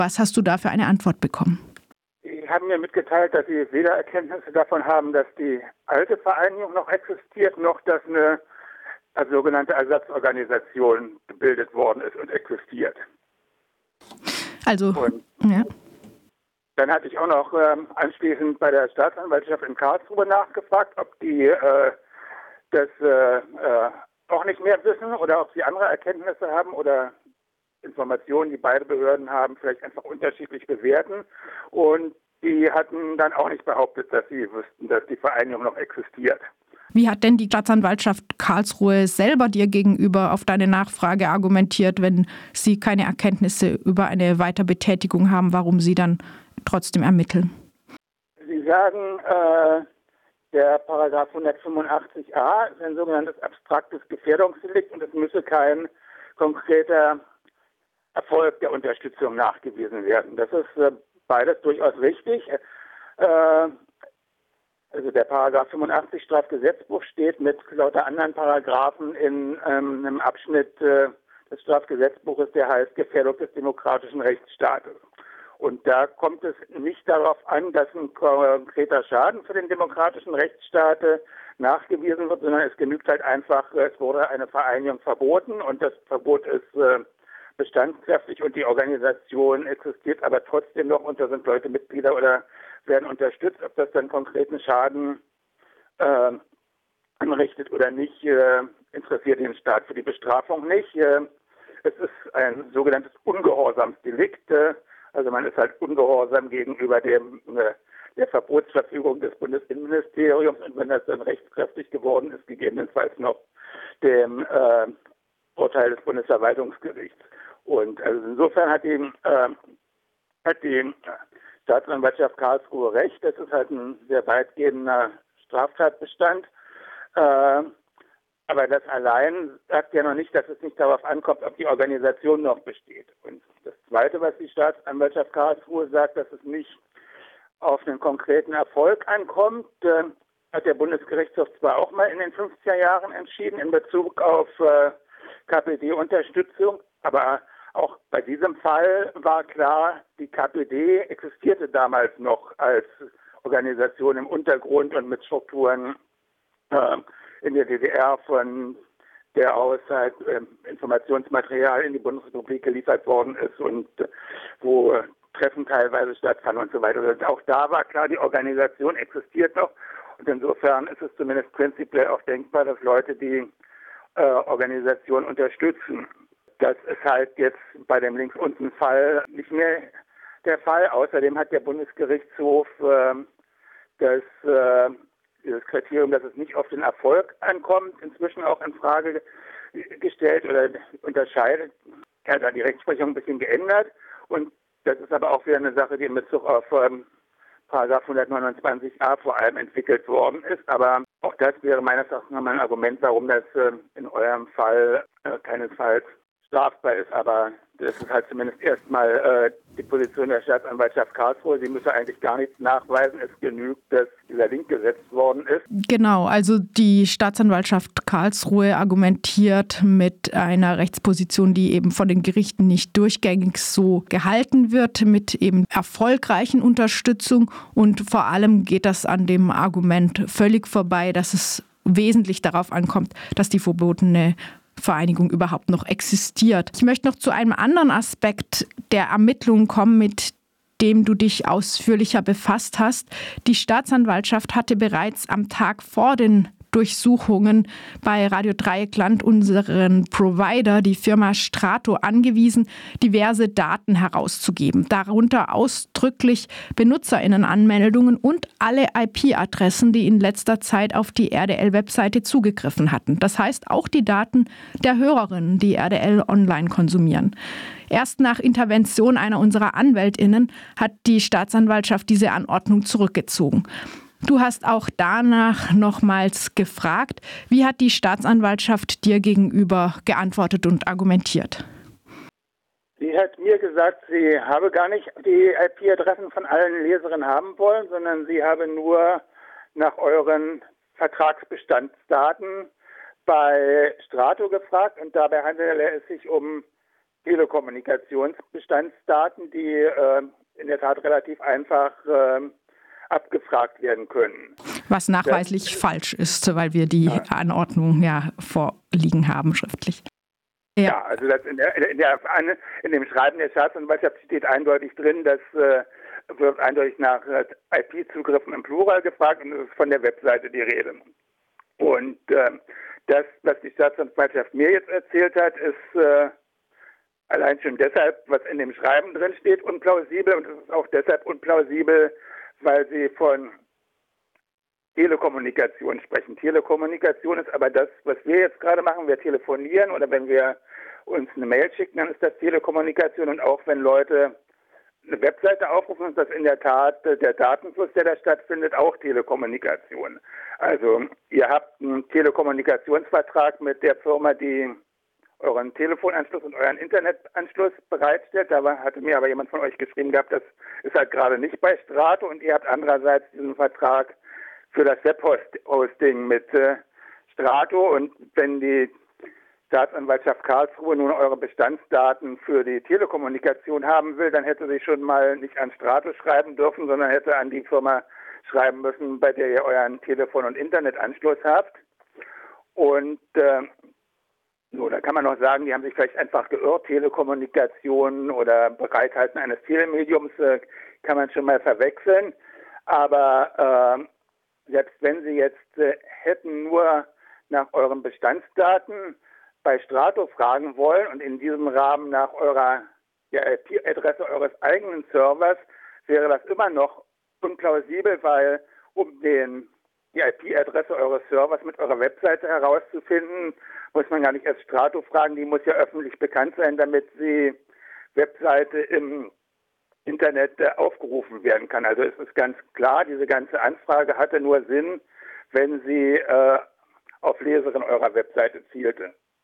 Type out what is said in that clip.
Was hast du da für eine Antwort bekommen? Sie haben mir mitgeteilt, dass sie weder Erkenntnisse davon haben, dass die alte Vereinigung noch existiert, noch dass eine sogenannte Ersatzorganisation gebildet worden ist und existiert. Ja. Dann hatte ich auch noch anschließend bei der Staatsanwaltschaft in Karlsruhe nachgefragt, ob die das auch nicht mehr wissen oder ob sie andere Erkenntnisse haben oder Informationen, die beide Behörden haben, vielleicht einfach unterschiedlich bewerten. Und die hatten dann auch nicht behauptet, dass sie wüssten, dass die Vereinigung noch existiert. Wie hat denn die Staatsanwaltschaft Karlsruhe selber dir gegenüber auf deine Nachfrage argumentiert, wenn sie keine Erkenntnisse über eine Weiterbetätigung haben, warum sie dann trotzdem ermitteln? Sie sagen, der Paragraph 185a ist ein sogenanntes abstraktes Gefährdungsdelikt und es müsse kein konkreter Erfolg der Unterstützung nachgewiesen werden. Das ist beides durchaus richtig. Also der Paragraph 85 Strafgesetzbuch steht mit lauter anderen Paragraphen in einem Abschnitt des Strafgesetzbuches, der heißt Gefährdung des demokratischen Rechtsstaates. Und da kommt es nicht darauf an, dass ein konkreter Schaden für den demokratischen Rechtsstaat nachgewiesen wird, sondern es genügt halt einfach, es wurde eine Vereinigung verboten und das Verbot ist bestandskräftig und die Organisation existiert aber trotzdem noch und da sind Leute Mitglieder oder werden unterstützt. Ob das dann konkreten Schaden anrichtet oder nicht, interessiert den Staat für die Bestrafung nicht. Es ist ein sogenanntes Ungehorsamsdelikt. Also man ist halt ungehorsam gegenüber der Verbotsverfügung des Bundesinnenministeriums und wenn das dann rechtskräftig geworden ist, gegebenenfalls noch dem Urteil des Bundesverwaltungsgerichts. Und also insofern hat die Staatsanwaltschaft Karlsruhe recht. Das ist halt ein sehr weitgehender Straftatbestand. Aber das allein sagt ja noch nicht, dass es nicht darauf ankommt, ob die Organisation noch besteht. Und das Zweite, was die Staatsanwaltschaft Karlsruhe sagt, dass es nicht auf einen konkreten Erfolg ankommt, hat der Bundesgerichtshof zwar auch mal in den 50er Jahren entschieden in Bezug auf KPD-Unterstützung, aber auch bei diesem Fall war klar, die KPD existierte damals noch als Organisation im Untergrund und mit Strukturen in der DDR, von der aus halt Informationsmaterial in die Bundesrepublik geliefert worden ist und wo Treffen teilweise stattfanden und so weiter. Und auch da war klar, die Organisation existiert noch und insofern ist es zumindest prinzipiell auch denkbar, dass Leute die Organisation unterstützen. Das ist halt jetzt bei dem links unten Fall nicht mehr der Fall. Außerdem hat der Bundesgerichtshof dieses Kriterium, dass es nicht auf den Erfolg ankommt, inzwischen auch in Frage gestellt oder unterscheidet. Er hat da die Rechtsprechung ein bisschen geändert und das ist aber auch wieder eine Sache, die in Bezug auf Paragraph 129a vor allem entwickelt worden ist. Aber auch das wäre meines Erachtens nochmal ein Argument, warum das in eurem Fall keinesfalls strafbar ist. Aber das ist halt zumindest erstmal die Position der Staatsanwaltschaft Karlsruhe. Sie müsse eigentlich gar nichts nachweisen. Es genügt, dass dieser Link gesetzt worden ist. Genau, also die Staatsanwaltschaft Karlsruhe argumentiert mit einer Rechtsposition, die eben von den Gerichten nicht durchgängig so gehalten wird, mit eben erfolgreichen Unterstützung. Und vor allem geht das an dem Argument völlig vorbei, dass es wesentlich darauf ankommt, dass die verbotene Vereinigung überhaupt noch existiert. Ich möchte noch zu einem anderen Aspekt der Ermittlungen kommen, mit dem du dich ausführlicher befasst hast. Die Staatsanwaltschaft hatte bereits am Tag vor den Durchsuchungen bei Radio Dreieckland unseren Provider, die Firma Strato, angewiesen, diverse Daten herauszugeben, darunter ausdrücklich BenutzerInnen-Anmeldungen und alle IP-Adressen, die in letzter Zeit auf die RDL-Webseite zugegriffen hatten. Das heißt auch die Daten der Hörerinnen, die RDL online konsumieren. Erst nach Intervention einer unserer AnwältInnen hat die Staatsanwaltschaft diese Anordnung zurückgezogen. Du hast auch danach nochmals gefragt. Wie hat die Staatsanwaltschaft dir gegenüber geantwortet und argumentiert? Sie hat mir gesagt, sie habe gar nicht die IP-Adressen von allen Leserinnen haben wollen, sondern sie habe nur nach euren Vertragsbestandsdaten bei Strato gefragt und dabei handele es sich um Telekommunikationsbestandsdaten, die in der Tat relativ einfach abgefragt werden können. Was nachweislich falsch ist, weil wir die Anordnung vorliegen haben schriftlich. Ja, also das in dem Schreiben der Staatsanwaltschaft steht eindeutig drin, dass wird eindeutig nach IP-Zugriffen im Plural gefragt und es ist von der Webseite die Rede. Und das, was die Staatsanwaltschaft mir jetzt erzählt hat, ist allein schon deshalb, was in dem Schreiben drin steht, unplausibel, und es ist auch deshalb unplausibel, weil sie von Telekommunikation sprechen. Telekommunikation ist aber das, was wir jetzt gerade machen. Wir telefonieren oder wenn wir uns eine Mail schicken, dann ist das Telekommunikation. Und auch wenn Leute eine Webseite aufrufen, ist das in der Tat der Datenfluss, der da stattfindet, auch Telekommunikation. Also ihr habt einen Telekommunikationsvertrag mit der Firma, die euren Telefonanschluss und euren Internetanschluss bereitstellt. Da hatte mir aber jemand von euch geschrieben gehabt, das ist halt gerade nicht bei Strato, und ihr habt andererseits diesen Vertrag für das Webhosting mit Strato, und wenn die Staatsanwaltschaft Karlsruhe nun eure Bestandsdaten für die Telekommunikation haben will, dann hätte sie schon mal nicht an Strato schreiben dürfen, sondern hätte an die Firma schreiben müssen, bei der ihr euren Telefon- und Internetanschluss habt. Und da kann man noch sagen, die haben sich vielleicht einfach geirrt. Telekommunikation oder Bereithalten eines Telemediums kann man schon mal verwechseln. Aber selbst wenn Sie jetzt hätten nur nach euren Bestandsdaten bei Strato fragen wollen und in diesem Rahmen nach eurer IP-Adresse eures eigenen Servers, wäre das immer noch unplausibel, weil um die IP-Adresse eures Servers mit eurer Webseite herauszufinden, muss man gar nicht erst Strato fragen. Die muss ja öffentlich bekannt sein, damit die Webseite im Internet aufgerufen werden kann. Also es ist ganz klar, diese ganze Anfrage hatte nur Sinn, wenn sie auf Leserin eurer Webseite zielte.